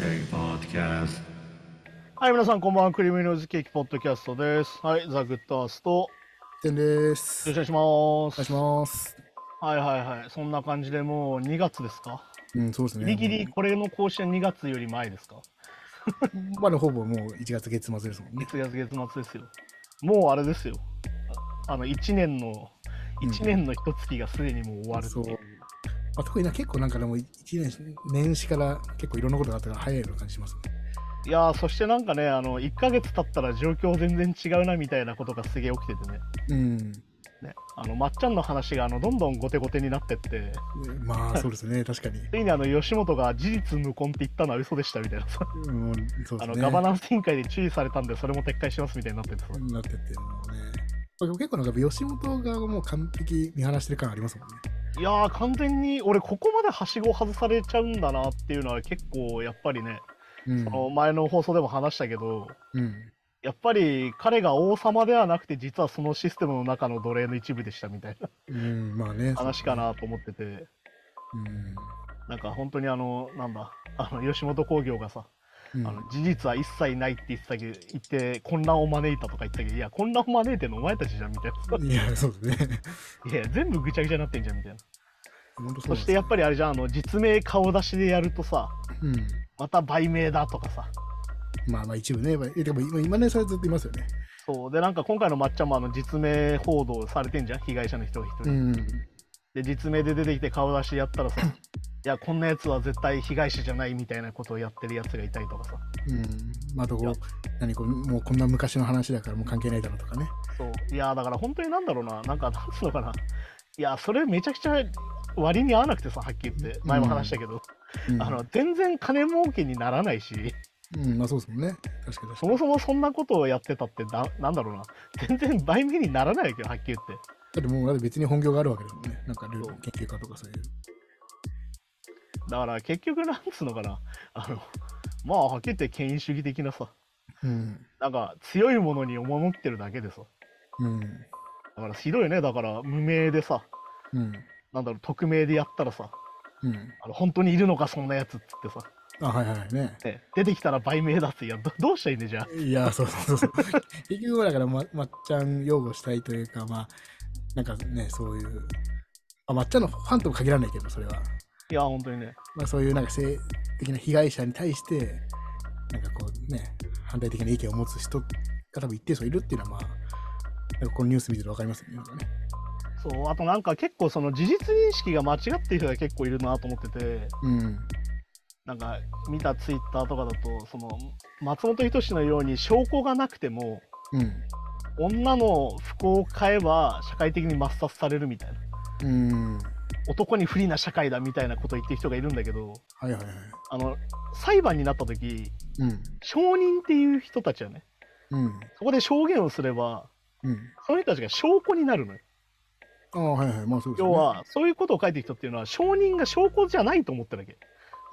Cake Podcast. はい、皆さんこんばんは。クリームノイズケーキポッドキャストです。はい、ザ・グッドアースト。 てんです。 よろしくおお願いし願いします。 ます。 はいはいはい。そんな感じでもう2月ですか？ そうですね。 ギリギリこれの更新は2月より前ですか？ まだほぼもう1月月末ですもんね。 月末ですよ。もうあれですよ。1年の一月がすでにもう終わるってそう。 いう。 特に結構なんかでも年始から結構いろんなことがあったから早いような感じしますね。 いやー、そしてなんかね、1ヶ月経ったら状況全然違うなみたいなことがすげえ起きててね。ね、まっちゃんの話がどんどん後手後手になってって、 まあそうですね、確かに。 ついに吉本が事実無根って言ったのは嘘でしたみたいなさ、 そうですね。 ガバナンス委員会で注意されたんでそれも撤回しますみたいになっててさ、 なってて、もうね。結構なんか吉本側がもう完璧見放してる感ありますもんね。 いやー、完全に俺ここまではしご外されちゃうんだなっていうのは結構やっぱりね、その前の放送でも話したけど、やっぱり彼が王様ではなくて実はそのシステムの中の奴隷の一部でしたみたいなまあね、 話かなと思ってて、なんか本当になんだ、吉本興業がさ、事実は一切ないって言って混乱を招いたとか言ったけど、いや混乱を招いてるのお前たちじゃんみたいな。 いや、そうですね。 いや全部ぐちゃぐちゃになってんじゃんみたいな。 本当そしてやっぱりあれじゃん、実名顔出しでやるとさ、また売名だとかさ。 まあ一部ね、でも今ね、それずっといますよね。 そうで、なんか今回のまっちゃんも実名報道されてんじゃん、被害者の人が一人。で実名で出てきて顔出しやったらさいやこんなやつは絶対被害者じゃないみたいなことをやってるやつがいたりとかさ。 まあもうこんな昔の話だからもう関係ないだろうとかね。 そういやだから本当になんだろうな、なんかなんつうのかな、いやそれめちゃくちゃ割に合わなくてさ、はっきり言って前も話したけど、全然金儲けにならないし、 まあそうですもんね。確かに。 そもそもそんなことをやってたってなんだろうな、全然売名にならないわけど、はっきり言って。 だってもう別に本業があるわけですもんね。なんかルール研究家とかそういう。 だから結局なんつうのかな、まあはっきり言って権威主義的なさ、なんか強いものに赴ってるだけでさ、だからひどいよね。だから無名でさ、なんだろう、匿名でやったらさ、本当にいるのかそんなやつっつってさ、 ね、 出てきたら売名だって、いやどうしたらいいんだじゃあ。 いやそう結局だからまっちゃん擁護したいというか、まあなんかね、そういうまっちゃんのファンとも限らないけど、それはいや本当にね、 まあそういうなんか性的な被害者に対してなんかこうね、反対的な意見を持つ人が多分一定数いるっていうのは、まあこのニュース見てると分かりますよね。 そう、あとなんか結構その事実認識が間違ってる人が結構いるなと思ってて、なんか見たツイッターとかだと、その松本人志のように証拠がなくても、女の不幸を買えば社会的に抹殺されるみたいな、男に不利な社会だみたいなことを言ってる人がいるんだけど、裁判になった時、証人っていう人たちはね、そこで証言をすれば、その人たちが証拠になるのよ。 まあそうですね。 要はそういうことを書いてる人っていうのは証人が証拠じゃないと思ってるわけ。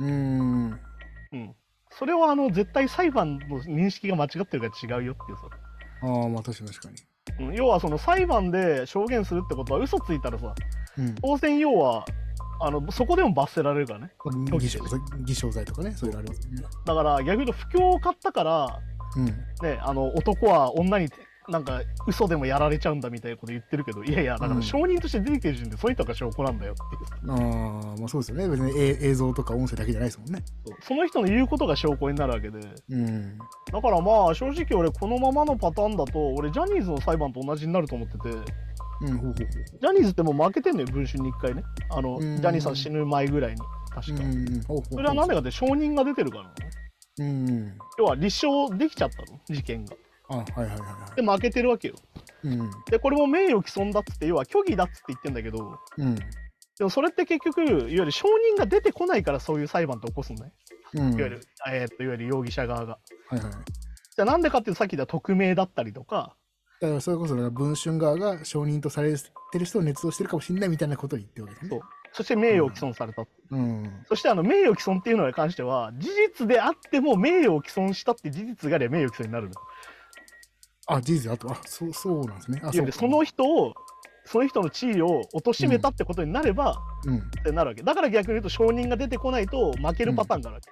それは絶対裁判の認識が間違ってるから違うよっていうさ。 まあ確かに。 要はその裁判で証言するってことは嘘ついたらさ、当然要はそこでも罰せられるからね。 偽証罪とかね、そういうのありますよね。 だから逆に言うと不況を買ったから、ね、男は女になんか嘘でもやられちゃうんだみたいなこと言ってるけど、いやいやだから証人として出てきてる時点でそういう人が証拠なんだよっていう。 まあそうですよね。別に映像とか音声だけじゃないですもんね。 その人の言うことが証拠になるわけで、だからまあ正直俺このままのパターンだと俺ジャニーズの裁判と同じになると思ってて、ジャニーズってもう負けてんのよ、文春に1回ね。ジャニーさん死ぬ前ぐらいに確か。それはなんでかって証人が出てるからね。要は立証できちゃったの、事件が。で負けてるわけよ。でこれも名誉毀損だっつって、要は虚偽だっつって言ってんだけど、でもそれって結局いわゆる証人が出てこないからそういう裁判って起こすんね。いわゆる容疑者側が。じゃあなんでかっていうと、さっき言った匿名だったりとか、 だからそれこそ文春側が証人とされてる人を捏造してるかもしれないみたいなことを言ってるわけですね。 そして名誉毀損された。そして名誉毀損っていうのに関しては、事実であっても名誉を毀損したって事実があれば名誉毀損になるの。 事実あとそうなんですね。 その人の地位を貶めたってことになれば、ってなるわけ。だから逆に言うと証人が出てこないと負けるパターンがあるわけ。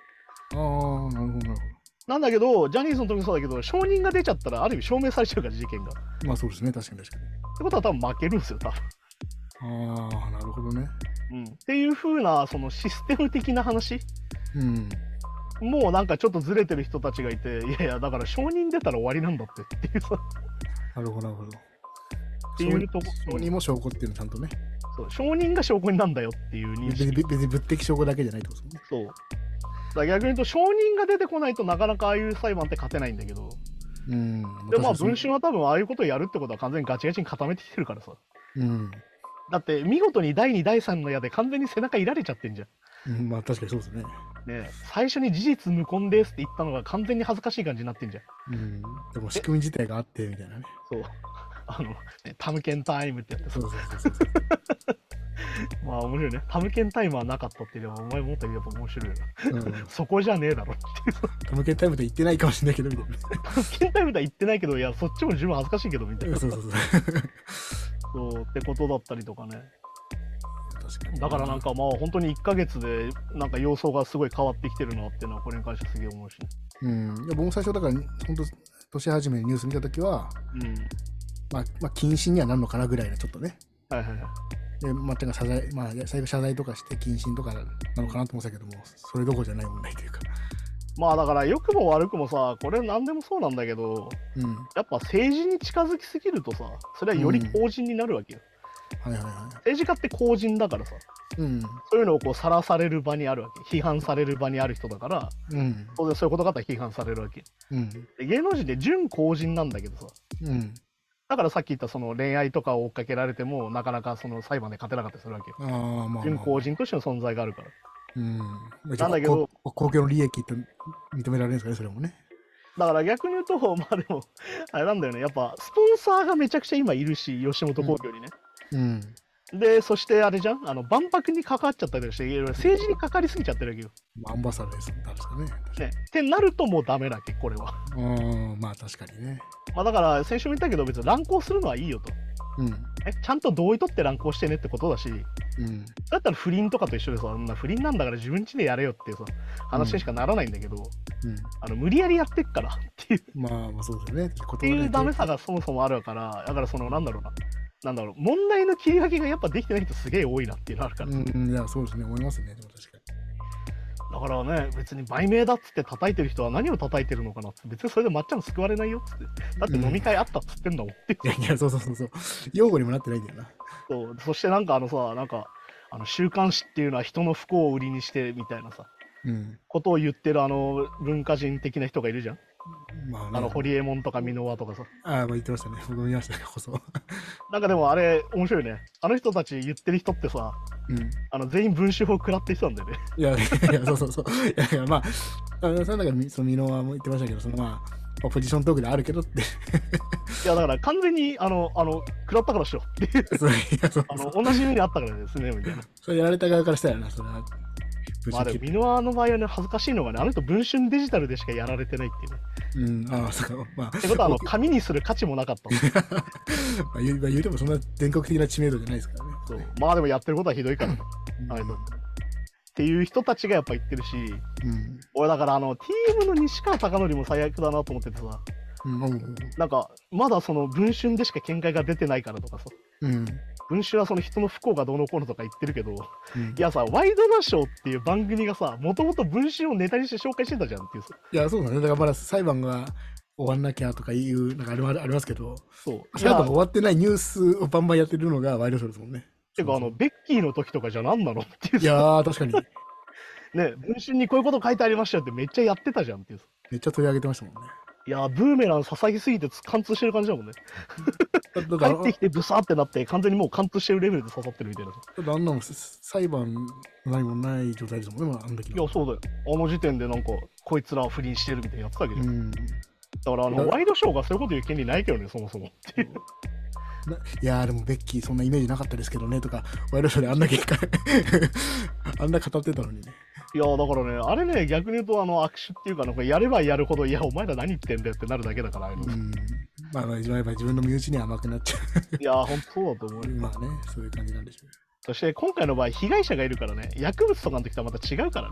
ああ、なるほど、なるほど。 なんだけど、ジャニーズの時もそうだけど、証人が出ちゃったら、ある意味証明されちゃうから、事件が。 まあそうですね、確かに確かに。 ってことは多分負けるんですよ、多分。 ああ、なるほどね。 うん。っていう風な、そのシステム的な話。 うん。 もうなんかちょっとずれてる人たちがいて、いやいや、だから証人出たら終わりなんだっていうさ。 なるほど、なるほど。 っていうとこ。 証人も証拠っていうのちゃんとね。 そう、証人が証拠になんだよっていう認識。 別に物的証拠だけじゃないってことですね。 そう。だから逆に言うと、証人が出てこないとなかなかああいう裁判って勝てないんだけど。 うん。 でまあ、文春は多分ああいうことをやるってことは完全にガチガチに固めてきてるからさ。 うん。 だって見事に第2、第3の矢で完全に背中いられちゃってんじゃん。 うん、まあ確かにそうですね。 ね、最初に事実無根ですって言ったのが完全に恥ずかしい感じになってんじゃん。 うん。でも仕組み自体があってみたいなね。 そう。タムケンタイムってやってそうそうそうそう。 まあ面白いね。タムケンタイムはなかったって言えば、お前もっと言えば面白いよな。 うん、 そこじゃねえだろっていう。 タムケンタイムと言ってないかもしれないけどみたいな。 タムケンタイムとは言ってないけど、いや、そっちも十分恥ずかしいけどみたいな。 そうそうそう。 そうってことだったりとかね。 確かに。 だからなんかまあ本当に1ヶ月でなんか様相がすごい変わってきてるなっていうのはこれに関してすげえ思うしね。 うん。僕も最初だから本当年始めにニュース見たときは、 うん。 まあ禁止にはなるのかなぐらいのちょっとね。 はいはいはい。 で、まあ、てか謝罪、まあ、最後謝罪とかして謹慎とかなのかなと思ってたけども、それどころじゃない問題というか。 まあだから良くも悪くもさ、これ何でもそうなんだけど、 うん。 やっぱ政治に近づきすぎるとさ、それはより公人になるわけよ。 はいはいはい。 政治家って公人だからさ、 うん。 そういうのをこうさらされる場にあるわけ。批判される場にある人だから、 うん。 当然そういうことがあったら批判されるわけ。 うん。 で芸能人って準公人なんだけどさ、 うん。 だからさっき言ったその恋愛とかを追っかけられてもなかなかその裁判で勝てなかったりするわけよ。 ああ、まあ、まあ。 準公人としての存在があるから。 うん。 なんだけど、 公共の利益って認められるんですかね、それもね。 だから逆に言うと、まあでも、あれなんだよね、やっぱスポンサーがめちゃくちゃ今いるし、吉本興業にね。 うん。 で、そしてあれじゃん、万博に関わっちゃったりとかして、いろいろ政治にかかりすぎちゃってるわけよ。 アンバサダーですかね。 ね。ってなるともうダメだっけ、これは。 まあ確かにね。 まあだから先週も言ったけど、別に乱行するのはいいよと。 うん。 ちゃんと同意取って乱行してねってことだし、 うん。 だったら不倫とかと一緒でさ、不倫なんだから自分家でやれよっていうさ、話にしかならないんだけど、無理やりやってっからっていう。 まあそうですよね。 っていうダメさがそもそもあるから、だからそのなんだろう、問題の切り分けがやっぱできてない人すげえ多いなっていうのあるから。 いや、そうですね、思いますね、でも確かに。 だからね、別に売名だっつって叩いてる人は何を叩いてるのかなって、別にそれでまっちゃん救われないよっつって。だって飲み会あったっつってんだもんって。 いや、そう。用語にもなってないんだよな。 そしてなんか週刊誌っていうのは人の不幸を売りにしてみたいなさ、ことを言ってる文化人的な人がいるじゃん。まあね、ホリエモンとか箕輪とかさ。 まあ言ってましたね。僕見ましたね、こそ。 なんかでもあれ、面白いね。あの人たち言ってる人ってさ、全員文春法食らって人なんだよね。 いや、そう。いや、まあ、その中で箕輪も言ってましたけど、まあ、ポジショントークであるけどって。 いや、だから完全に、食らったからしよっていう。同じ目にあったからですね、みたいな。 それやられた側からしたらな、それは。 まあでも、箕輪の場合はね、恥ずかしいのがね、あの人、文春デジタルでしかやられてないっていうね。 そうか。まあ。 ってことは、紙にする価値もなかった言うても、そんな全国的な知名度じゃないですからね。 そう。まあでも、やってることはひどいから、っていう人たちがやっぱ言ってるし、俺だから、TM の西川貴教も最悪だなと思っててさ、なんか、まだその文春でしか見解が出てないからとかさ、文春はその人の不幸がどうのこうのとか言ってるけど、いやさ、ワイドナショーっていう番組がさ、もともと文春をネタにして紹介してたじゃんっていうさ。 いや、そうだね。だからまだ裁判が終わんなきゃとかいう、なんかありますけど、 そう。 裁判が終わってないニュースをバンバンやってるのがワイドショーですもんね。 てか、ベッキーの時とかじゃ何なのっていうさ。 いやー、確かに。 ね、文春にこういうこと書いてありましたよってめっちゃやってたじゃんっていうさ。 めっちゃ取り上げてましたもんね。 いやー、ブーメラン捧ぎすぎて貫通してる感じだもんね。帰ってきてブサーってなって完全にもう貫通してるレベルで刺さってるみたいなさ。 あんなの裁判何もない状態ですもんね、あんだけ。 いや、そうだよ。あの時点でなんか、こいつら不倫してるみたいなやってたわけど。だからワイドショーがそういうこと言う権利ないけどね、そもそもっていう。 いやーでもベッキーそんなイメージなかったですけどねとか、ワイドショーであんだけあんな語ってたのにね。 いやだからね、あれね、逆に言うと握手っていうかやればやるほど、いや、お前ら何言ってんだよってなるだけだから、 まあ、自分の身内には甘くなっちゃう。いや、本当そうだと思う。 まあね、そういう感じなんでしょう。 そして今回の場合、被害者がいるからね、薬物とかの時とはまた違うからね。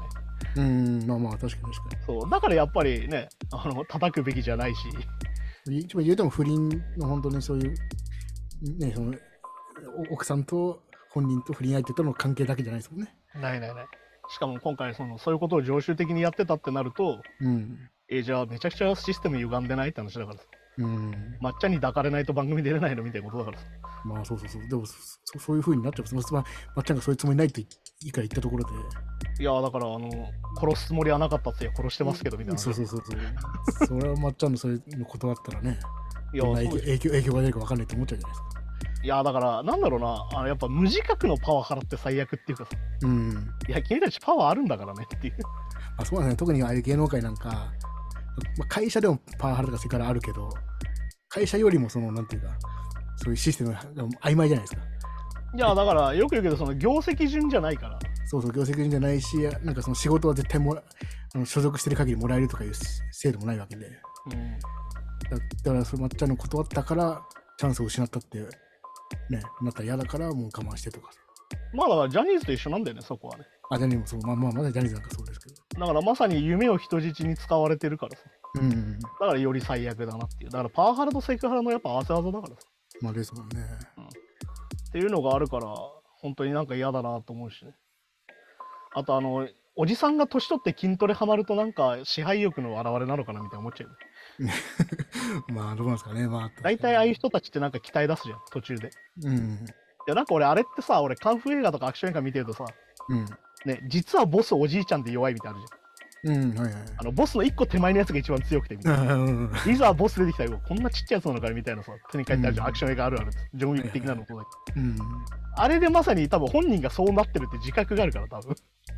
まあまあ、確かに確かに。そう、だからやっぱりね、叩くべきじゃないし。 一番言うても不倫の本当にそういう、ね、その、奥さんと本人と不倫相手との関係だけじゃないですもんね。 ないないない。しかも今回そういうことを常習的にやってたってなると、じゃあめちゃくちゃシステム歪んでないって話だからさ。抹茶に抱かれないと番組出れないのみたいなことだからさ。 まあそうそうそう。でもそういう風になっちゃう。まっちゃんがそういうつもりないといいから言ったところで。 いやだから殺すつもりはなかったって殺してますけどみたいな。 そう。それはまっちゃんのそういうの断ったらね。いや影響が出るか分かんないと思っちゃうじゃないですか。 いやだからなんだろうな、やっぱ無自覚のパワハラって最悪っていうかさ。いや君たちパワーあるんだからねっていう。 そうなんですね。特にああいう芸能界なんか、会社でもパワハラとかそれからあるけど、会社よりもなんていうか、そういうシステムが曖昧じゃないですか。 いやだからよく言うけど業績順じゃないから。 そう業績順じゃないし、なんか仕事は絶対所属してる限りもらえるとかいう制度もないわけで。だからまっちゃんの断ったからチャンスを失ったってね、なったら嫌だからもう我慢してとかさ。 まあだからジャニーズと一緒なんだよね、そこはね。 ジャニーズもそう、まだジャニーズなんかそうですけど。 だからまさに夢を人質に使われてるからさ。だからより最悪だなっていう。だからパワハラとセクハラのやっぱ合わせ技だからさ。 まあですもんね。 っていうのがあるから、本当になんか嫌だなと思うしね。あとおじさんが年取って筋トレハマるとなんか支配欲の表れなのかなみたいな思っちゃうね。 まあどうなんですかね。 大体ああいう人たちってなんか期待出すじゃん、途中で。いやなんか俺あれってさ、俺カンフー映画とかアクション映画見てるとさ、ね、実はボスおじいちゃんで弱いみたいなのあるじゃん。ボスの1個手前のやつが一番強くてみたいな。いざボス出てきたらこんなちっちゃいやつなのかみたいなさ、手に書いてあるじゃん、アクション映画あるある。ジョンウィック的なのとだけ。あれでまさに多分本人がそうなってるって自覚があるから多分。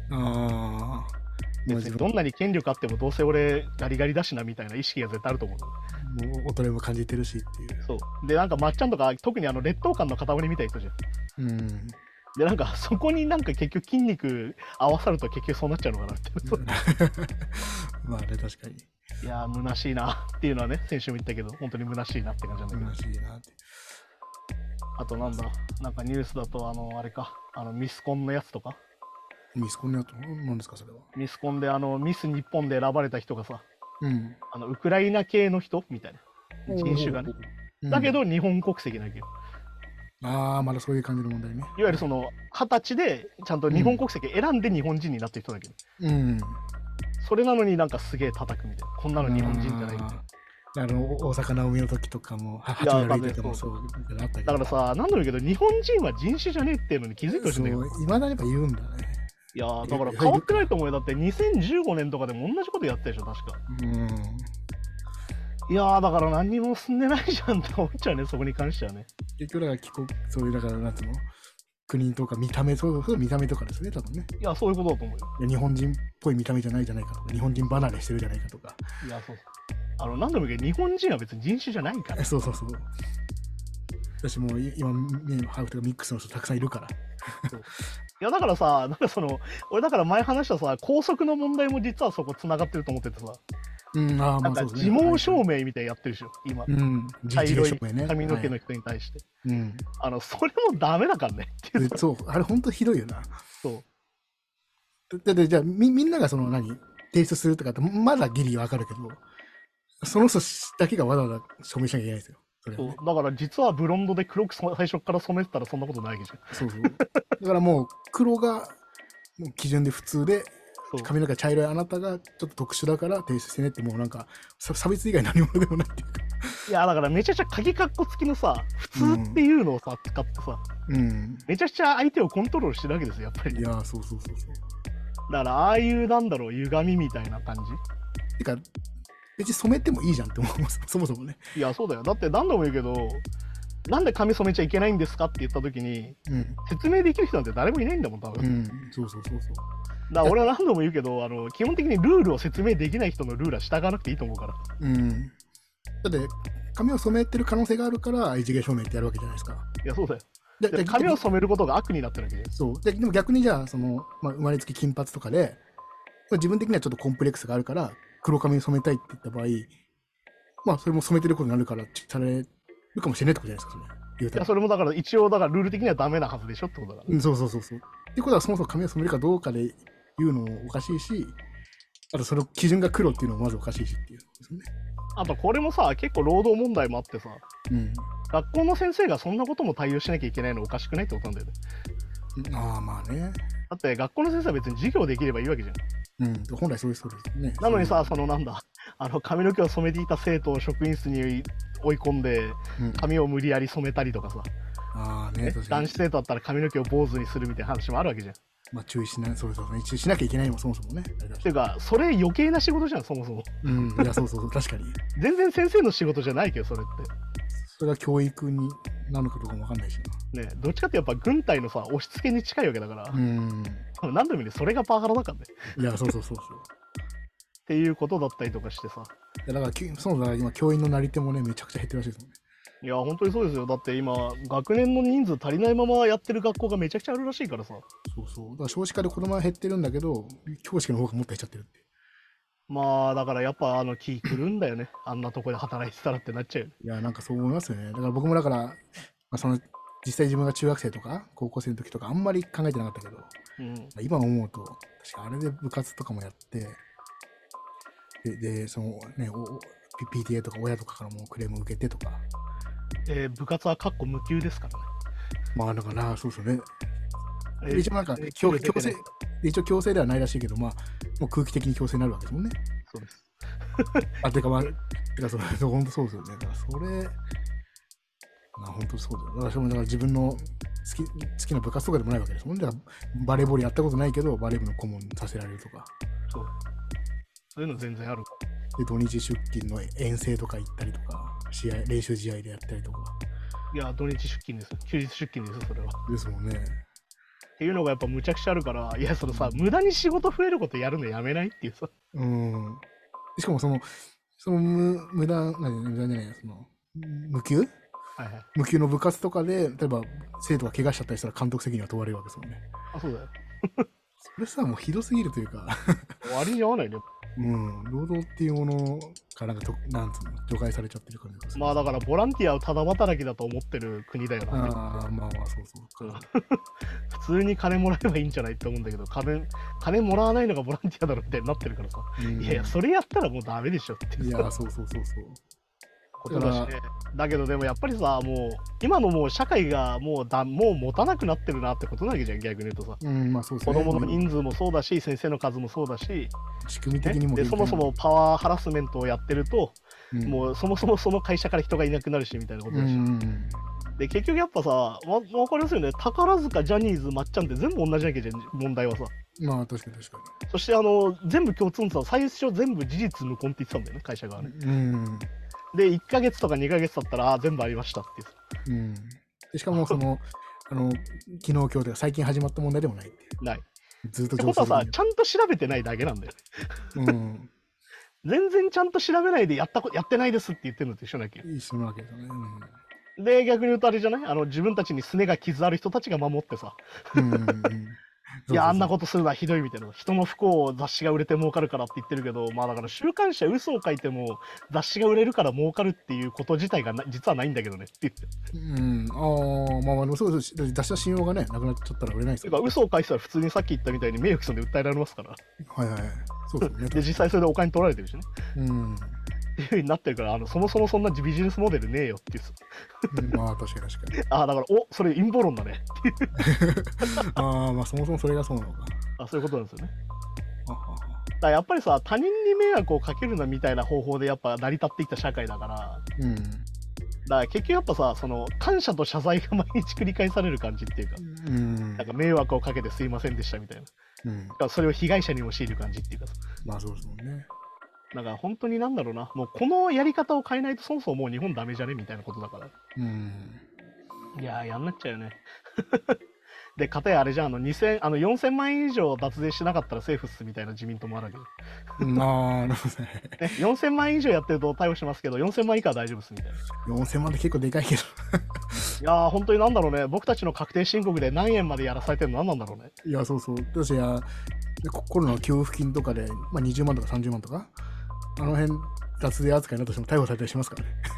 別にどんなに権力あってもどうせ俺ガリガリだしなみたいな意識が絶対あると思う。 もう衰えも感じてるしっていう。 そうでなんかまっちゃんとか特に劣等感の塊みたいな人じゃん。でなんかそこになんか結局筋肉合わさると結局そうなっちゃうのかなってまあね、確かに。 いやー虚しいなっていうのはね、先週も言ったけど本当に虚しいなって感じなんだけど。 虚しいなって。 あとなんかニュースだとあれか、ミスコンのやつとか。 ミスコンのやつ何ですかそれは。 ミスコンでミス日本で選ばれた人がさ、ウクライナ系の人みたいな人種がね、だけど日本国籍だけど。 まだそういう感じの問題ね。 いわゆる20歳でちゃんと日本国籍選んで日本人になってる人だけど、それなのになんかすげえ叩くみたいな、こんなの日本人じゃないみたいな。 大阪直美の時とかも、八村塁とかもそうだったけど。 だからさ、何度も言うけど、日本人は人種じゃねえっていうのに気づいてほしいんだけど。 いまだにやっぱ言うんだね。 いやだから変わってないと思うよ。だって2015年とかでも同じことやったでしょ、確か。いやだから何にも進んでないじゃんって思っちゃうね、そこに関してはね。 結局だからそういうだからなんつうの国とか見た目とかですね、多分ね。 いやそういうことだと思うよ。 日本人っぽい見た目じゃないじゃないかとか、日本人離れしてるじゃないかとか。 いやそう何度も言うけど日本人は別に人種じゃないから。 そう私も今ハーフとかミックスの人たくさんいるから。 いやだからさ、なんか俺だから前話したさ、校則の問題も実はそこ繋がってると思っててさ。なんか自毛証明みたいやってるでしょ、今。茶色い髪の毛の人に対して。それもダメだからねっていう。 そう、あれ本当ひどいよな。そう。だってじゃあみんなが提出するとかってまだギリわかるけど、その人だけがわざわざ署名しなきゃいけないですよ。 そうだから実はブロンドで黒く最初から染めてたらそんなことないわけじゃん。 そうだからもう黒がもう基準で普通で、髪の毛茶色いあなたがちょっと特殊だから提出してねって、もうなんか差別以外何者でもないっていうか。いやだからめちゃくちゃ鍵カッコ付きのさ、普通っていうのをさ、使ってさ、めちゃくちゃ相手をコントロールしてるわけですよ、やっぱり。 いやそうだからああいう歪みみたいな感じてか別に染めてもいいじゃんって思います、そもそもね。 いやそうだよ。だって何度も言うけど、なんで髪染めちゃいけないんですかって言った時に、説明できる人なんて誰もいないんだもん多分。そうだから俺は何度も言うけど、基本的にルールを説明できない人のルールは従わなくていいと思うから。 だって髪を染めてる可能性があるから愛知芸証明ってやるわけじゃないですか。 いやそうだよ。で髪を染めることが悪になってるわけで。 そうでも逆にじゃあ生まれつき金髪とかで自分的にはちょっとコンプレックスがあるから黒髪に染めたいって言った場合、それも染めてることになるからされるかもしれないってことじゃないですか、それ。 いやそれもだから一応ルール的にはダメなはずでしょってことだから。 そうってことはそもそも髪を染めるかどうかでいうのもおかしいし、あとその基準が黒っていうのもまずおかしいしっていうですね。 あとこれもさ、結構労働問題もあってさ、学校の先生がそんなことも対応しなきゃいけないのおかしくないってことなんだよね。 まあね。 だって学校の先生は別に授業できればいいわけじゃん。 本来そうですね。 なのにさ、なんだ、髪の毛を染めていた生徒を職員室に追い込んで、髪を無理やり染めたりとかさ、男子生徒だったら髪の毛を坊主にするみたいな話もあるわけじゃん。 まあ注意しな、そうしなきゃいけないもん、そもそもね。 っていうか、それ余計な仕事じゃん、そもそも。 いや、そう、確かに。 全然先生の仕事じゃないけど、それって。 それは教育になるかどうかもわかんないしな。ね、どっちかってやっぱ軍隊のさ、押し付けに近いわけだから。何度もね、それがパワハラだからね。 いや、そう。 っていうことだったりとかしてさ。 だから今、教員のなり手もね、めちゃくちゃ減ってるらしいですもんね。 いや、本当にそうですよ。だって今、学年の人数足りないままやってる学校がめちゃくちゃあるらしいからさ。 そう。だから少子化で子供は減ってるんだけど、教師の方がもっと減っちゃってるって。 まあ、だからやっぱ気狂うんだよね。あんなとこで働いてたらってなっちゃうよ。 いや、なんかそう思いますよね。だから僕も実際自分が中学生とか高校生の時とかあんまり考えてなかったけど、今思うと、確かあれで部活とかもやって、で、PTA とか親とかからもクレーム受けてとか。 部活は無給ですからね。 まあだからそうですよね。一応なんか強制ではないらしいけど、まあもう空気的に強制になるわけですもんね。 そうです。 本当そうですよね。だからそれ、本当そうだよ。私もだから自分の好きな部活とかでもないわけですもんね。だからバレーボールやったことないけど、バレー部の顧問させられるとか。 そういうの全然ある。 で、土日出勤の遠征とか行ったりとか、練習試合でやったりとか。 いや、土日出勤です。休日出勤です、それは。 ですもんね。 っていうのがやっぱむちゃくちゃあるから、いや、無駄に仕事増えることやるのやめないっていうさ。 しかも無駄じゃない、無給無給の部活とかで、例えば生徒が怪我しちゃったりしたら監督責任は問われるわけですもんね。 そうだよ。 それさ、もうひどすぎるというか終わりに合わないね。 労働っていうものがなんつうの除外されちゃってる感じです。 まあだからボランティアをただ働きだと思ってる国だよな。 まあそう普通に金もらえばいいんじゃないって思うんだけど、金もらわないのがボランティアだろってなってるからさ。いや、それやったらもうダメでしょっていや、そうことだしね。だけどでもやっぱりさ、もう今のもう社会がもう持たなくなってるなってことなわけじゃん、逆に言うとさ。 そうですね。子供の人数もそうだし、先生の数もそうだし、 仕組み的にもでそもそもパワーハラスメントをやってると、もうそもそもその会社から人がいなくなるしみたいなことだし。で結局やっぱさ、分かりますよね。宝塚、ジャニーズ、まっちゃんって全部同じなきゃじゃん、問題はさ。 まあ確かに。 そして全部共通のさ、最初全部事実無根って言ってたんだよね、会社側ね。で、1ヶ月とか2ヶ月だったら、全部ありましたっていう。でしかも昨日今日で最近始まった問題でもないっていう。 ない。 ずっとってことはさ、ちゃんと調べてないだけなんだよね。全然ちゃんと調べないでやってないですって言ってるのと一緒なわけよ。 一緒なわけですよね。 で、逆に言うとあれじゃない？自分たちにすねが傷ある人たちが守ってさ。いや、あんなことするのはひどいみたいな。人の不幸を雑誌が売れて儲かるからって言ってるけど、まあだから週刊誌は嘘を書いても雑誌が売れるから儲かるっていうこと自体が実はないんだけどねって言って。 まあそうです。雑誌の信用がね、なくなっちゃったら売れないですよ。 てか嘘を書いてたら普通にさっき言ったみたいに名誉毀損で訴えられますから。 そうですね。 で、実際それでお金取られてるしね。っていう風になってるから、そもそもそんなビジネスモデルねえよっていう。 まあ確かに。 だからそれ陰謀論だねっていう。 まあそもそもそれがそうなのか。 そういうことなんですよね。だからやっぱりさ、他人に迷惑をかけるなみたいな方法でやっぱ成り立ってきた社会だから。だから結局やっぱさ、感謝と謝罪が毎日繰り返される感じっていうか、なんか迷惑をかけてすいませんでしたみたいな。それを被害者にも強いる感じっていうか。 まあそうですもんね。 だから本当になんだろうな、もうこのやり方を変えないとそもそももう日本ダメじゃねみたいなことだから。いやー、やんなっちゃうよね。で、かたやあれじゃん、4000万円以上脱税しなかったらセーフっすみたいな自民党もあるわけど。 なるほどね。 4000万円以上やってると逮捕しますけど、4000万以下は大丈夫っすみたいな。 4000万って結構でかいけど。 いやー、本当になんだろうね、僕たちの確定申告で何円までやらされてるの何なんだろうね。 いや、そう。私はコロナの給付金とかで、20万とか30万とか、あの辺脱税扱いになった人も逮捕されたりしますからね。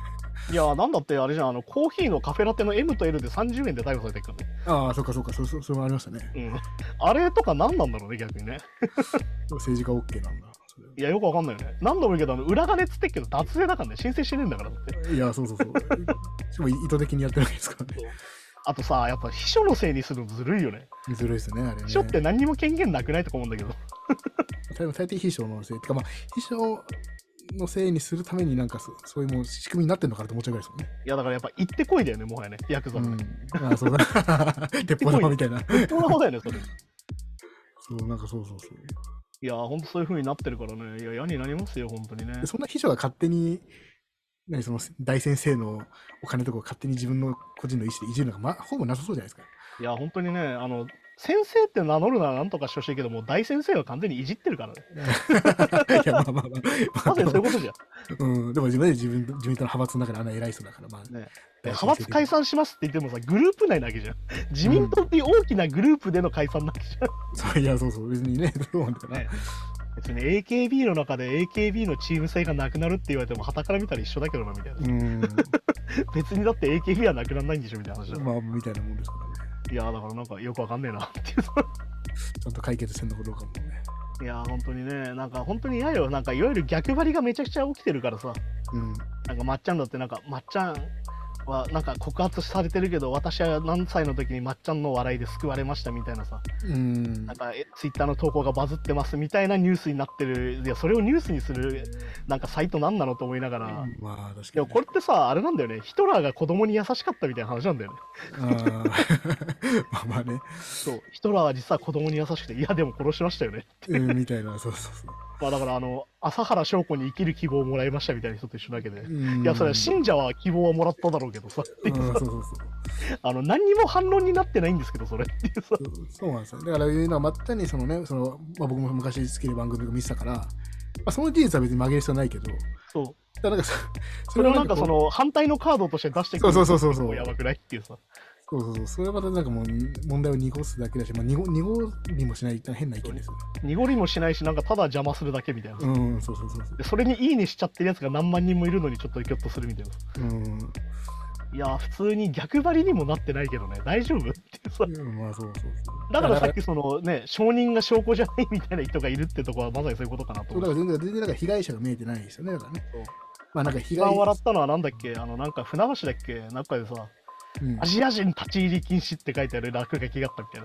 いや、なんだってあれじゃん、コーヒーのカフェラテの M と L で30円で逮捕されてるからね。 ああ、そっかそっか、それもありましたね。 あれとか何なんだろうね、逆にね。 政治家 OK なんだ。 いや、よくわかんないよね。何度も言うけど、裏金つってっけど、脱税だからね、申請してねえんだからって。 いや、そう。しかも意図的にやってるわけですからね。 あとさ、やっぱ秘書のせいにするのずるいよね。 ずるいですね、あれね。 秘書って何にも権限なくないとか思うんだけど。 大抵秘書のせい。てか、秘書のせいにするためになんかそういうもう仕組みになってんのかなと思っちゃうぐらいですもんね。 いや、だからやっぱ行ってこいだよね、もはやね、ヤクザの。 ああ、そうだ。鉄砲玉みたいな。 鉄砲玉だよね、それ。 そう、なんかそう。 いや、ほんとそういう風になってるからね。いや、嫌になりますよ、本当にね。 そんな秘書が勝手に、その大先生のお金とかを勝手に自分の個人の意思でいじるのが、ほぼなさそうじゃないですか。 いや、本当にね、先生って名乗るならなんとかしてほしいけども、大先生は完全にいじってるからね。 いや、まさにそういうことじゃん。でも自分党の派閥の中であんな偉い人だから、 ね。派閥解散しますって言ってもさ、グループ内なわけじゃん。自民党っていう大きなグループでの解散なわけじゃん。いや、そう、別にね、そうなんだよね。 別に AKB の中で AKB のチーム性がなくなるって言われても、傍から見たら一緒だけどな、みたいな。別にだって AKB はなくならないんでしょ、みたいな話だ。 みたいなもんですからね。 いや、だからなんかよくわかんねえなっていう。 ちゃんと解決してんのかどうかもね。 いや、本当にね、なんか本当に嫌よ。なんかいわゆる逆張りがめちゃくちゃ起きてるからさ。なんかまっちゃんだってなんか、まっちゃんはなんか告発されてるけど、私は何歳の時にまっちゃんの笑いで救われましたみたいなさ。なんかツイッターの投稿がバズってますみたいなニュースになってる。いや、それをニュースにするなんかサイトなんなのと思いながら。 確かに。 でもこれってさ、あれなんだよね。ヒトラーが子供に優しかったみたいな話なんだよね。 まあね。 そう、ヒトラーは実は子供に優しくて、いやでも殺しましたよね。 みたいな、そう。 まあだから朝原翔子に生きる希望をもらいましたみたいな人と一緒だけで、いやそれは信者は希望はもらっただろうけどさ、何にも反論になってないんですけど、それっていうさ。 そうなんですよ。だからまったに僕も昔好きな番組を見てたから、その事実は別に曲げる必要ないけど、 そう。 だからそれをなんか反対のカードとして出してくるのもやばくないっていうさ。 それはまたなんかもう問題を濁すだけだし、濁りもしないって変な意見ですよ。 濁りもしないし、なんかただ邪魔するだけみたいな。 そう。 それにいいねしちゃってるやつが何万人もいるのにちょっとギョッとするみたいな。いや、普通に逆張りにもなってないけどね、大丈夫っていうさ。だからさっき承認が証拠じゃないみたいな人がいるってとこはまさにそういうことかなと思う。 だから全然なんか被害者が見えてないですよね、だからね。 なんか被害笑ったのはなんだっけ、なんか船橋だっけ、中でさ、アジア人立ち入り禁止って書いてある落書きがあったみたいな。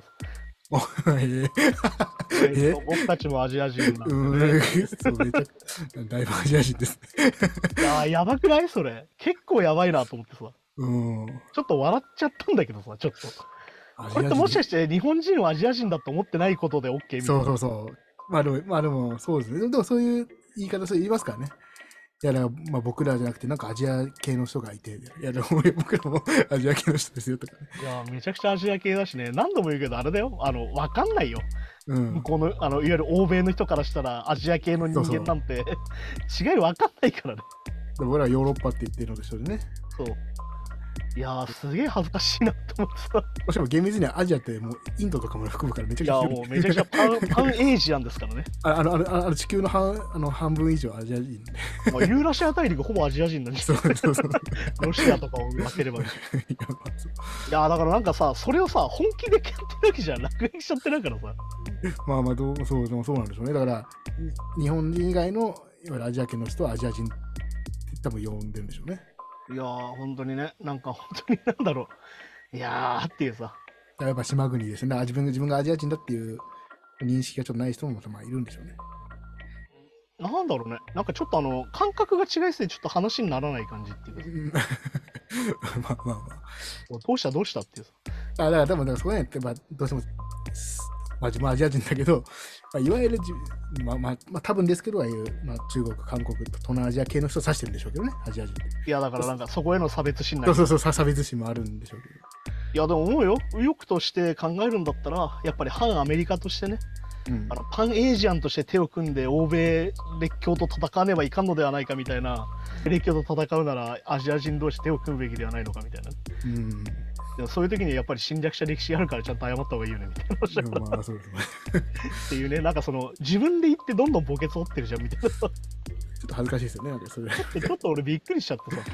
僕たちもアジア人なんで、ね。 だいぶアジア人ですね。いや、やばくないそれ。結構やばいなと思ってさ。ちょっと笑っちゃったんだけどさ、ちょっと。これってもしかして日本人はアジア人だと思ってないことで OK みたいな。 そう。まあでもそうですね。でもそういう言い方言いますからね。いや、だから僕らじゃなくて、なんかアジア系の人がいて、いや、でも僕らもアジア系の人ですよとかね。 いや、めちゃくちゃアジア系だしね、何度も言うけど、あれだよ、わかんないよ。向こうの、いわゆる欧米の人からしたら、アジア系の人間なんて、違いわかんないからね。 僕らはヨーロッパって言ってるのでしょうね。 そう。いやー、すげえ恥ずかしいなって思ってさ。 しかも厳密にはアジアってもうインドとかも含むからめちゃくちゃ広い。いや、もうめちゃくちゃパンエイジアンですからね。 地球の半分以上アジア人で。 ユーラシア大陸ほぼアジア人なんですよ。ロシアとかを分ければいい。いや、だからなんかさ、それをさ、本気でやってるわけじゃん。落書きしちゃってないからさ。 そうなんでしょうね。だから、日本人以外のいわゆるアジア系の人はアジア人って多分呼んでるんでしょうね。 いやー、本当にね、なんか本当になんだろう。いやーっていうさ。 やっぱ島国ですね。自分がアジア人だっていう認識がちょっとない人もいるんでしょうね。 なんだろうね。なんかちょっと感覚が違いすぎてちょっと話にならない感じっていうか。 まあ。 どうしたっていうさ。 だから多分そこね、どうしても、自分はアジア人だけど、いわゆる多分ですけど、中国、韓国と東南アジア系の人を指してるんでしょうけどね、アジア人って。 いや、だからなんかそこへの差別心ない。 そう、差別心もあるんでしょうけど。 いや、でも思うよ。右翼として考えるんだったら、やっぱり反アメリカとしてね、パンエイジアンとして手を組んで欧米列強と戦わねばいかんのではないかみたいな、列強と戦うならアジア人同士手を組むべきではないのかみたいな。でもそういう時にやっぱり侵略者歴史があるからちゃんと謝った方がいいよねみたいな話だから。っていうね、なんか自分で言ってどんどん墓穴掘ってるじゃんみたいな。ちょっと恥ずかしいですよね、なんかそれ。 ちょっと俺びっくりしちゃってさ。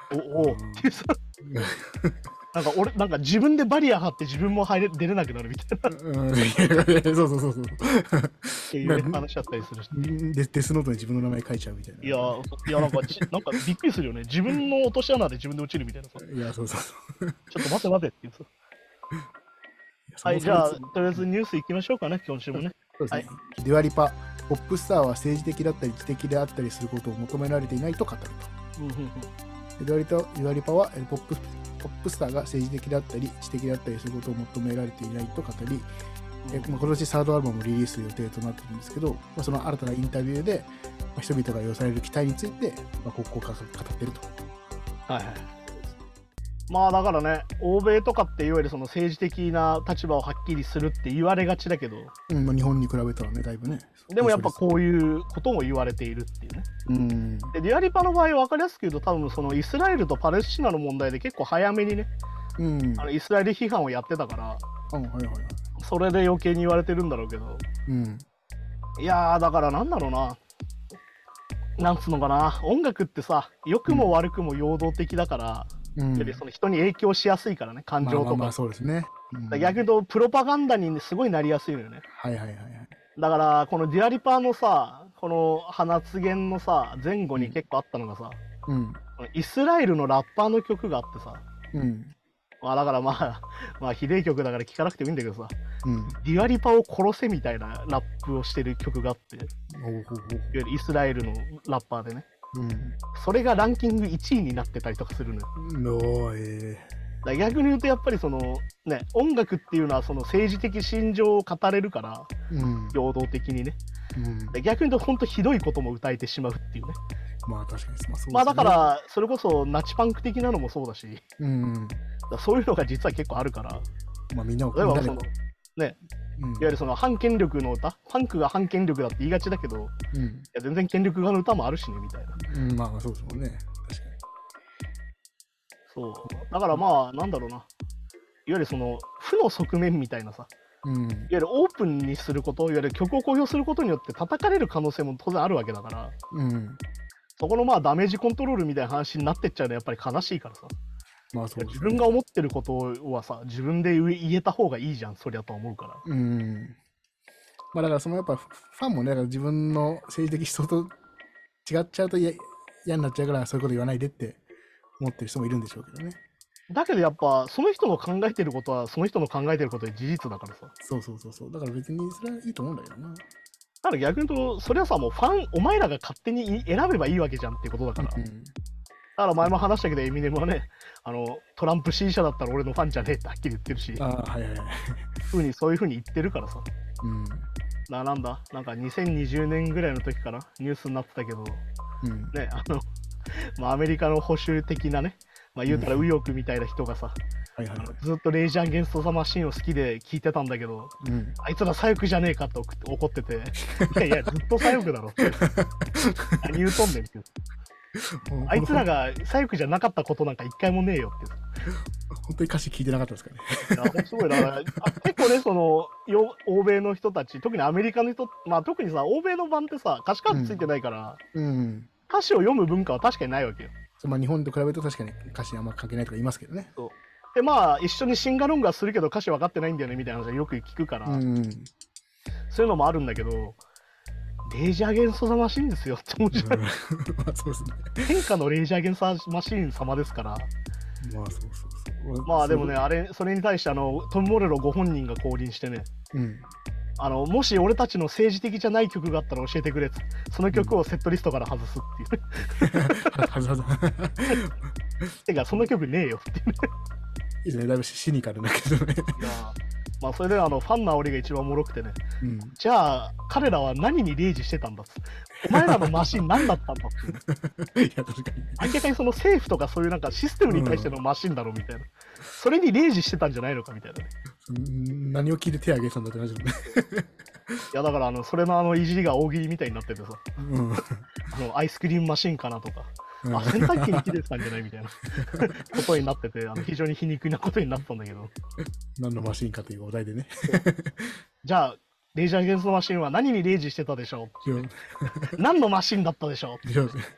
おってさ、なんか俺、なんか自分でバリア張って自分も出れなくなるみたいな。 そうそうそうそう。 っていう話しちゃったりするし。 デスノートに自分の名前書いちゃうみたいな。 いや、なんかびっくりするよね。自分の落とし穴で自分で落ちるみたいなさ。 いや、そうそうそう。 ちょっと待て待てっていうさ。はい、じゃあ、とりあえずニュースいきましょうかね、今週もね。 そうですね。デュアリパ、ポップスターは政治的だったり知的であったりすることを求められていないと語ると。デュアリパはポップスターが政治的であったり知的であったりすることを求められていないと語り、今年サードアルバムをリリースする予定となっているんですけど、その新たなインタビューで、人々が寄せられる期待について、ここを語っていると。 はいはい。まあだからね、欧米とかっていわゆるその政治的な立場をはっきりするって言われがちだけど、 日本に比べたらね、だいぶね。 でもやっぱこういうことも言われているっていうね。でデュアリパの場合分かりやすく言うと、多分そのイスラエルとパレスチナの問題で結構早めにね、イスラエル批判をやってたから、それで余計に言われてるんだろうけど、いやーだからなんだろうな、なんつうのかな、音楽ってさ、良くも悪くも陽動的だから、その人に影響しやすいからね、感情とか。 そうですね。 逆に言うとプロパガンダにすごいなりやすいのよね。だからこのデュアリパーのさ、この発言のさ前後に結構あったのがさ、イスラエルのラッパーの曲があってさ、だからまあひでえ曲だから聴かなくてもいいんだけどさ、デュアリパを殺せみたいなラップをしてる曲があって、いわゆるイスラエルのラッパーでね、それがランキング1位になってたりとかするのよ。逆に言うとやっぱりそのね、音楽っていうのはその政治的心情を語れるから、平等的にね、逆に言うと本当ひどいことも歌えてしまうっていうね。 まあ確かにそうですね。 まあだからそれこそナチパンク的なのもそうだし、そういうのが実は結構あるから、 みんなを例えばそのね、いわゆるその反権力の歌、パンクが反権力だって言いがちだけど、いや全然権力側の歌もあるしねみたいな。 まあそうですもんね。確かに。 そうだからまあなんだろうな、いわゆるその負の側面みたいなさ、いわゆるオープンにすること、いわゆる曲を公表することによって叩かれる可能性も当然あるわけだから、そこのまあダメージコントロールみたいな話になってっちゃうのはやっぱり悲しいからさ。 まあそうですね、 自分が思ってることはさ、自分で言えた方がいいじゃん、そりゃと思うから。 まあだからそのやっぱファンもね、だから自分の政治的思想と違っちゃうと嫌になっちゃうから、そういうこと言わないでって思ってる人もいるんでしょうけどね。 だけどやっぱその人の考えてることはその人の考えてることで事実だからさ。 そう。だから別にそれはいいと思うんだけどな。だから逆に言うと、それはさ、もうお前らが勝手に選べばいいわけじゃんっていうことだから。だから前も話したけど、エミネムはね、トランプ支持者だったら俺のファンじゃねえってはっきり言ってるし、そういうふうに言ってるからさ。なんか2020年ぐらいの時からニュースになってたけど、ね、アメリカの保守的なね、言うたら右翼みたいな人がさ、ずっとレイジャー・ゲンスト・ザ・マシンを好きで聞いてたんだけど、あいつら左翼じゃねえかって怒ってて、いやずっと左翼だろって何言うとんねんってあいつらが左翼じゃなかったことなんか一回もねえよって本当に歌詞聞いてなかったですかね。 いやすごいだから結構ね、その欧米の人たち、特にアメリカの人、特にさ欧米の版ってさ歌詞カードついてないから、歌詞を読む文化は確かにないわけよ。 日本と比べると確かに歌詞にあんま関係ないとか言いますけどね。 で一緒にシンガロングはするけど歌詞分かってないんだよねみたいな話はよく聞くから、そういうのもあるんだけど、レイジャー・ゲンスト・ザ・マシンですよって思うじゃない。 そうですね。 天下のレイジャー・ゲンスト・ザ・マシン様ですから。でもね、それに対してトム・モレロご本人が降臨してね、もし俺たちの政治的じゃない曲があったら教えてくれって、その曲をセットリストから外すっていうてかその曲ねえよっていうね。 いいですね、だいぶシニカルだけどね。 それでファンの煽りが一番おもろくてね、じゃあ彼らは何に例示してたんだっつって、お前らのマシン何だったんだっていや確かに明らかにその政府とかそういうなんかシステムに対してのマシンだろうみたいな、それに例示してたんじゃないのかみたいなね。 何を聞いて手挙げたんだって感じだね。 いやだからそれのいじりが大喜利みたいになっててさ、アイスクリームマシンかなとか、洗濯機に火出てたんじゃないみたいなことになってて、非常に皮肉なことになったんだけど、 何のマシンかというお題でね。 じゃあレイジアゲンストマシンは何にレイジしてたでしょう何のマシンだったでしょう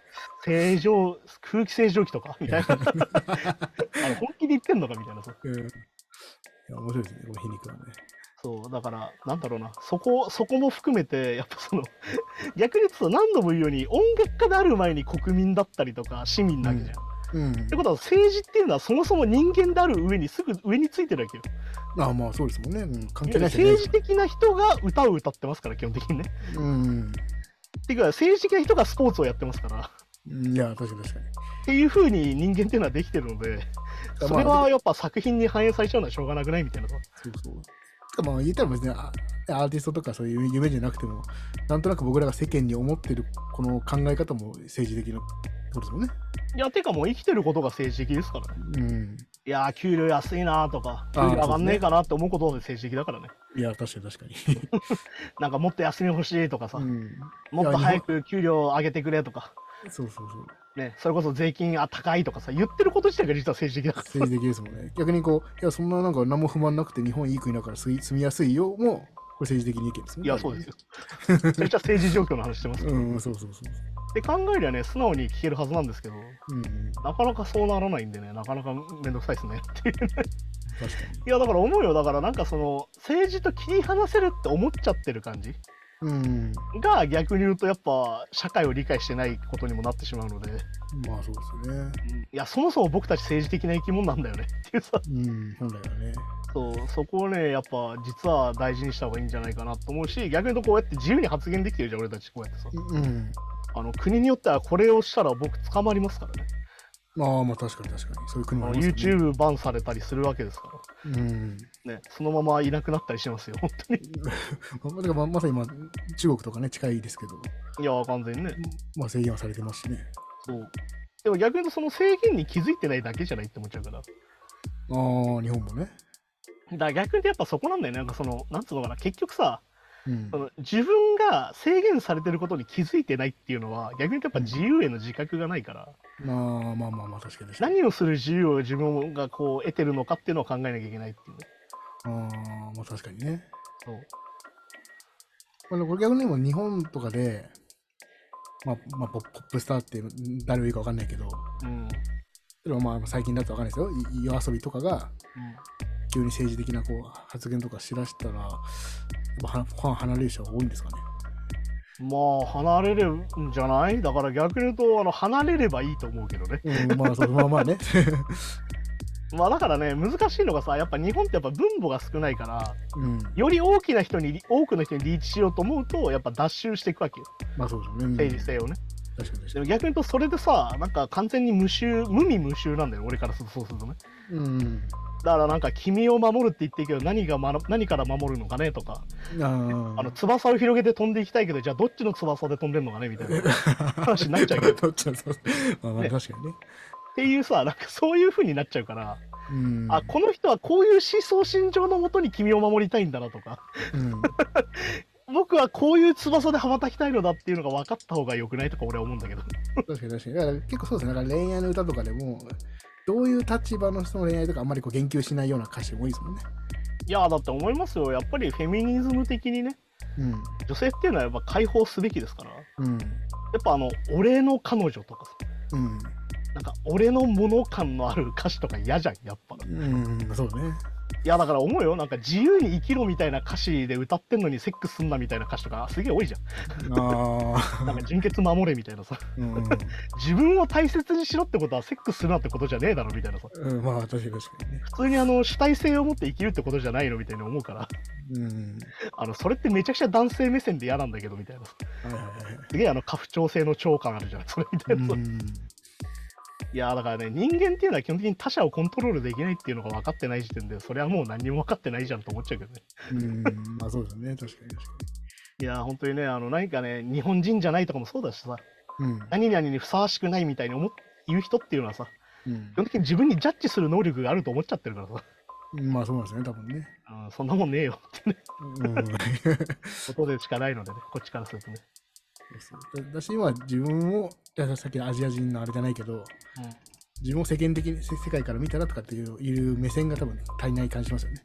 空気清浄機とかみたいな。本気で言ってんのかみたいなさ。 いや、面白いですね、この皮肉はね。 そう、だから、なんだろうな、そこも含めて、やっぱ逆に言うと何度も言うように、音楽家である前に国民だったりとか、市民なわけじゃん。ってことは、政治っていうのはそもそも人間である上にすぐ上についてるわけよ。 まあそうですもんね。関係ないですね。政治的な人が歌を歌ってますから、基本的にね。っていうか、政治的な人がスポーツをやってますから。 いや、確かに。 っていう風に人間っていうのはできてるので、それはやっぱ作品に反映されちゃうのはしょうがなくないみたいな。 そう。まあ言ったら別にアーティストとかそういう夢じゃなくても、なんとなく僕らが世間に思ってるこの考え方も政治的なことですもんね。 いや、てかもう生きてることが政治的ですからね。いや、給料安いなとか、給料上がんねえかなって思うことで政治的だからね。 いや、確かに。 なんかもっと休み欲しいとかさ、もっと早く給料上げてくれとか。そう。ね、それこそ税金高いとかさ、言ってること自体が実は政治的だから。 政治的ですもんね。逆にいや、そんななんか何も不満なくて日本いい国だから住みやすいよも、これ政治的に意見ですね。 いや、そうですよ。めっちゃ政治状況の話してますけど。 そう。 って考えりゃね、素直に聞けるはずなんですけど、なかなかそうならないんでね、なかなかめんどくさいですねっていうね。確かに。いや、だから思うよ。だからなんか政治と切り離せるって思っちゃってる感じが逆に言うとやっぱ社会を理解してないことにもなってしまうので。 まあそうですよね。 いや、そもそも僕たち政治的な生き物なんだよねっていうさ。 本来はね。 そこをね、やっぱ実は大事にした方がいいんじゃないかなと思うし、逆に言うとこうやって自由に発言できてるじゃん、俺たちこうやってさ。国によってはこれをしたら僕捕まりますからね。 まあ確かにそういう国もありますね。YouTube バンされたりするわけですから。ね、そのままいなくなったりしますよ、本当に。 まさに今、中国とかね、近いですけど。 いや、完全にね。 まあ制限はされてますしね。 そう。でも逆に言うとその制限に気づいてないだけじゃないって思っちゃうから。 日本もね。 だから逆に言うとやっぱそこなんだよね。なんかなんつうのかな、結局さ、自分が制限されてることに気づいてないっていうのは逆に言うとやっぱ自由への自覚がないから、 まあ確かに何をする自由を自分がこう得てるのかっていうのを考えなきゃいけないっていうね。まあ確かにね。 そう。 これ逆にも日本とかで、まあポップスターって誰を言うか分かんないけど、でもまあ最近だと分かんないですよ。夜遊びとかが急に政治的なこう発言とかしだしたら、ファン離れる人が多いんですかね。 まあ離れるんじゃない？だから逆に言うと離れればいいと思うけどね。 まあね。 まあだからね、難しいのがさ、やっぱ日本ってやっぱ分母が少ないから、より多くの人にリーチしようと思うとやっぱ脱州していくわけよ。 まあそうですね。 政治性をね。 確かに。 でも逆に言うとそれでさ、なんか完全に無味無臭なんだよ、俺からすると。そうするとね。だからなんか君を守るって言ってるけど何から守るのかねとか、翼を広げて飛んでいきたいけど、じゃあどっちの翼で飛んでんのかねみたいな話になっちゃうけど。 確かにね。 っていうさ、なんかそういう風になっちゃうから、この人はこういう思想心情のもとに君を守りたいんだなとか、僕はこういう翼で羽ばたきたいのだっていうのが分かった方が良くないとか俺は思うんだけど。 確かに。だから結構そうですね。だから恋愛の歌とかでも、どういう立場の人の恋愛とかあんまりこう言及しないような歌詞も多いですもんね。いやだって思いますよ。やっぱりフェミニズム的にね、女性っていうのはやっぱ解放すべきですから、やっぱ俺の彼女とかさ、なんか俺のもの感のある歌詞とか嫌じゃん、やっぱ。 そうね。 いやだから思うよ、なんか自由に生きろみたいな歌詞で歌ってんのにセックスすんなみたいな歌詞とかすげえ多いじゃん。なんか純潔守れみたいなさ、自分を大切にしろってことはセックスするなってことじゃねえだろみたいなさ。 まあ確かにね。 普通に主体性を持って生きるってことじゃないのみたいに思うから、それってめちゃくちゃ男性目線で嫌なんだけどみたいな。すげえ家父長制の長感あるじゃんそれみたいな。いやだからね、人間っていうのは基本的に他者をコントロールできないっていうのが分かってない時点で、それはもう何にも分かってないじゃんと思っちゃうけどね。 まあそうですね、確かに。 いや本当にね、何かね、日本人じゃないとかもそうだしさ、何々にふさわしくないみたいに言う人っていうのはさ、基本的に自分にジャッジする能力があると思っちゃってるからさ。 まあそうなんですね、多分ね。 そんなもんねえよってね。ことでしかないのでね、こっちからするとね。 だし今自分をさっきのアジア人のあれじゃないけど、自分を世間的に世界から見たらとかっていう目線が多分足りない感じしますよね。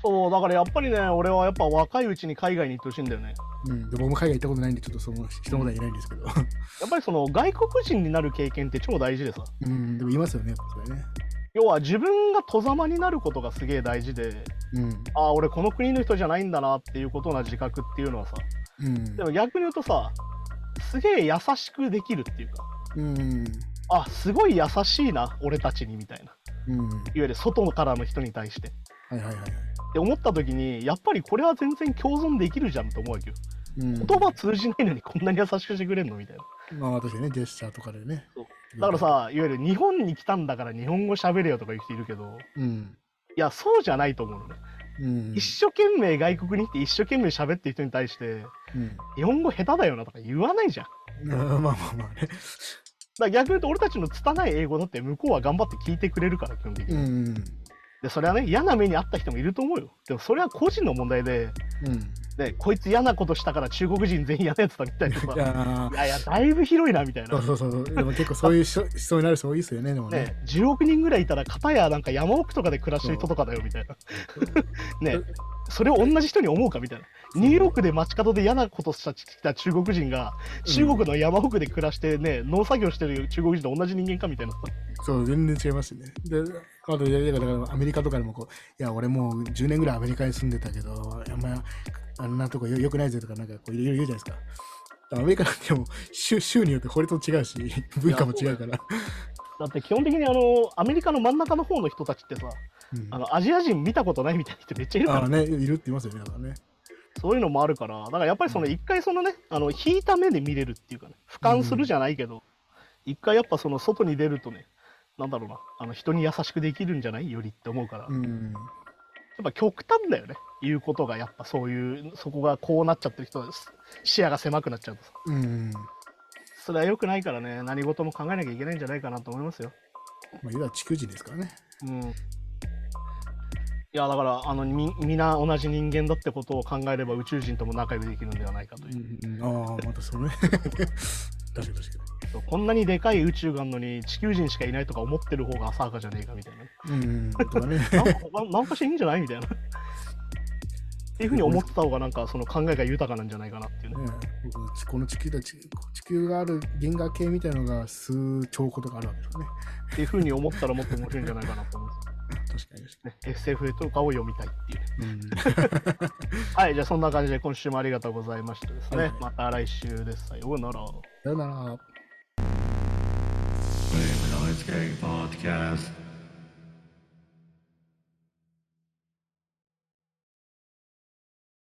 そう、だからやっぱりね、俺はやっぱ若いうちに海外に行ってほしいんだよね。 うん、で僕も海外行ったことないんで、ちょっとその人のことは言えないんですけど。やっぱりその外国人になる経験って超大事でさ。 うん、でも言いますよね、それね。 要は自分が外様になることがすげえ大事で、うん、ああ、俺この国の人じゃないんだなっていうことの自覚っていうのはさ、うん、でも逆に言うとさ、すげえ優しくできるっていうか、うん、あ、すごい優しいな、俺たちにみたいな。うん、いわゆる外からの人に対して。はいはいはい。って思った時に、やっぱりこれは全然共存できるじゃんと思うわけよ。うん、言葉通じないのにこんなに優しくしてくれんのみたいな。 まあ私ね、ジェスチャーとかでね。 だからさ、いわゆる日本に来たんだから日本語喋れよとか言う人いるけど、うん、いや、そうじゃないと思うのね。うん、一生懸命外国に行って一生懸命喋ってる人に対して、うん、日本語下手だよなとか言わないじゃん。まあまあまあね。だから逆に言うと俺たちの拙い英語だって向こうは頑張って聞いてくれるから基本的に。うん、でそれはね、嫌な目にあった人もいると思うよ。でもそれは個人の問題で、でこいつ嫌なことしたから中国人全員嫌なやつだみたいなさ、いやだいぶ広いなみたいな。そう。 でも結構そういう思想になる人多いですよね。でもね、 10億人ぐらいいたら片やなんか山奥とかで暮らしてる人とかだよみたいな。ね、それを同じ人に思うかみたいな。ニューヨークで街角で嫌なことした中国人が中国の山奥で暮らしてね、農作業してる中国人と同じ人間かみたいな。 そう、全然違いますね。で、あとだからアメリカとかでもこう、いや俺もう10年ぐらいアメリカに住んでたけど、あんなとこよくないぜとかなんかこういろいろ言うじゃないですか。アメリカなんても州によって法律も違うし、文化も違うから。だって基本的にアメリカの真ん中の方の人たちってさ、アジア人見たことないみたいな人めっちゃいるから。 あね、いるって言いますよね、だからね。 そういうのもあるから、だからやっぱりその一回そのね、引いた目で見れるっていうかね、俯瞰するじゃないけど、一回やっぱその外に出るとね、なんだろうな、人に優しくできるんじゃないよりって思うから、やっぱ極端だよね、言うことがやっぱそういう、そこがこうなっちゃってる人は視野が狭くなっちゃうとさ、それは良くないからね、何事も考えなきゃいけないんじゃないかなと思いますよ。 まあ、いわゆる地球人ですからね。 いやだからみんな同じ人間だってことを考えれば宇宙人とも仲良くできるんではないかという。 ああまたそれ確かにこんなにでかい宇宙があるのに地球人しかいないとか思ってる方が浅はかじゃねえかみたいな。なんかしていいんじゃないみたいな。っていうふうに思ってた方がなんかその考えが豊かなんじゃないかなっていうね。 この地球がある銀河系みたいなのが数兆個とかあるわけですね。 っていうふうに思ったらもっと面白いんじゃないかなと思います。 確かに、 ね、SF とかを読みたいっていう、はい、じゃあそんな感じで今週もありがとうございましたですね、また来週です。さようなら。 さようなら。